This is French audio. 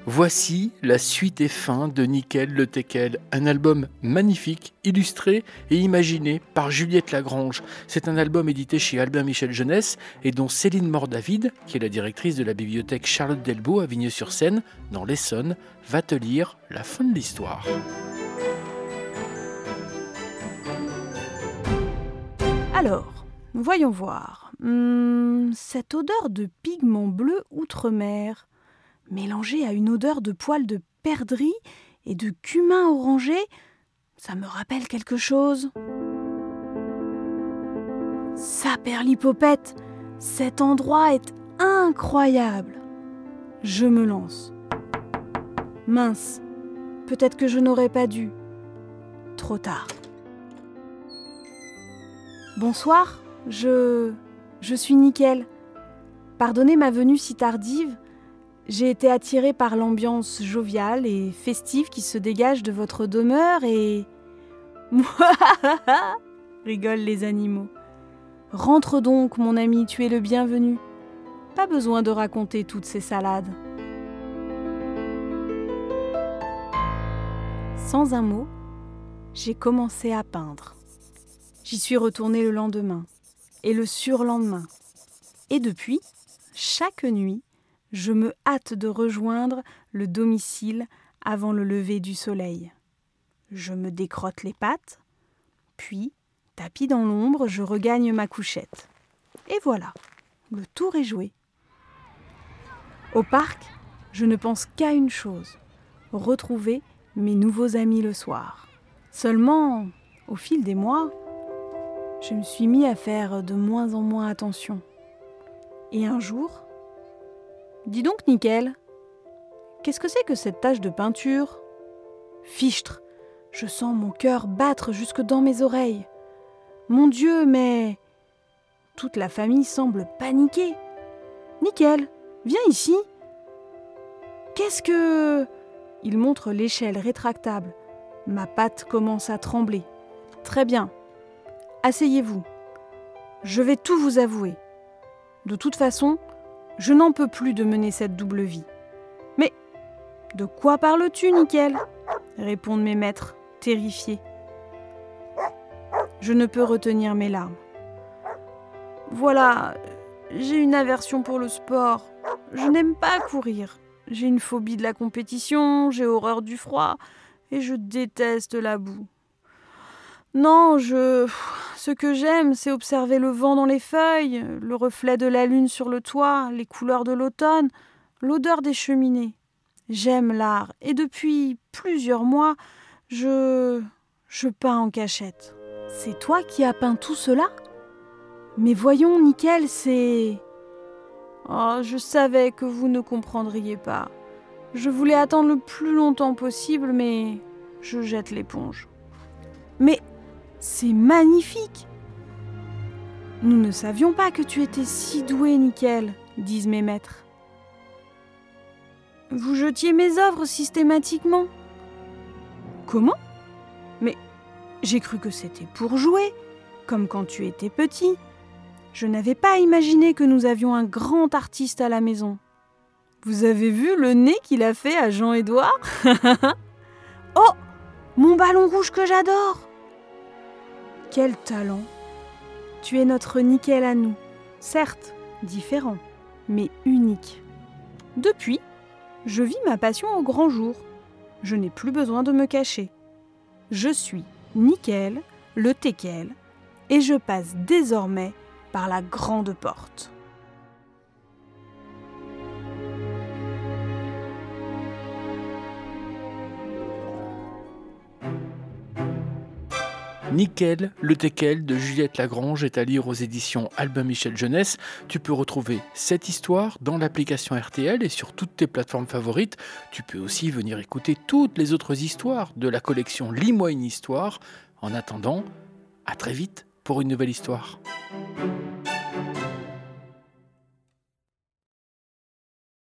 Voici la suite et fin de Nickel le Teckel, un album magnifique, illustré et imaginé par Juliette Lagrange. C'est un album édité chez Albin Michel Jeunesse et dont Céline Mort-David, qui est la directrice de la bibliothèque Charlotte Delbault à Vigneux-sur-Seine, dans l'Essonne, va te lire la fin de l'histoire. Alors, voyons voir. Cette odeur de pigment bleu outre-mer, mélangée à une odeur de poils de perdrix et de cumin orangé, ça me rappelle quelque chose. Saperlipopette, cet endroit est incroyable. Je me lance. Mince, peut-être que je n'aurais pas dû. Trop tard. Bonsoir, je suis Nickel. Pardonnez ma venue si tardive. J'ai été attirée par l'ambiance joviale et festive qui se dégage de votre demeure et... rigolent les animaux. Rentre donc, mon ami, tu es le bienvenu. Pas besoin de raconter toutes ces salades. Sans un mot, j'ai commencé à peindre. J'y suis retournée le lendemain et le surlendemain. Et depuis, chaque nuit, je me hâte de rejoindre le domicile avant le lever du soleil. Je me décrotte les pattes, puis, tapis dans l'ombre, je regagne ma couchette. Et voilà, le tour est joué. Au parc, je ne pense qu'à une chose, retrouver mes nouveaux amis le soir. Seulement, au fil des mois, je me suis mis à faire de moins en moins attention. Et un jour... Dis donc, Nickel, qu'est-ce que c'est que cette tache de peinture ? Fichtre, je sens mon cœur battre jusque dans mes oreilles. Mon Dieu, mais... Toute la famille semble paniquer. Nickel, viens ici. Qu'est-ce que... Il montre l'échelle rétractable. Ma patte commence à trembler. Très bien. Asseyez-vous. Je vais tout vous avouer. De toute façon, je n'en peux plus de mener cette double vie. Mais de quoi parles-tu, Nickel ? Répondent mes maîtres, terrifiés. Je ne peux retenir mes larmes. Voilà, j'ai une aversion pour le sport. Je n'aime pas courir. J'ai une phobie de la compétition, j'ai horreur du froid et je déteste la boue. Non, ce que j'aime, c'est observer le vent dans les feuilles, le reflet de la lune sur le toit, les couleurs de l'automne, l'odeur des cheminées. J'aime l'art et depuis plusieurs mois, je peins en cachette. C'est toi qui as peint tout cela ? Mais voyons, Nickel, c'est... Oh, je savais que vous ne comprendriez pas. Je voulais attendre le plus longtemps possible, mais je jette l'éponge. Mais... c'est magnifique! Nous ne savions pas que tu étais si doué, Nickel, disent mes maîtres. Vous jetiez mes œuvres systématiquement. Comment? Mais j'ai cru que c'était pour jouer, comme quand tu étais petit. Je n'avais pas imaginé que nous avions un grand artiste à la maison. Vous avez vu le nez qu'il a fait à Jean-Édouard? Oh! Mon ballon rouge que j'adore! Quel talent! Tu es notre Nickel à nous, certes différent, mais unique. Depuis, je vis ma passion au grand jour. Je n'ai plus besoin de me cacher. Je suis Nickel, le Teckel, et je passe désormais par la grande porte. Nickel le Teckel de Juliette Lagrange est à lire aux éditions Albin Michel Jeunesse. Tu peux retrouver cette histoire dans l'application RTL et sur toutes tes plateformes favorites. Tu peux aussi venir écouter toutes les autres histoires de la collection Lis-moi une histoire. En attendant, à très vite pour une nouvelle histoire.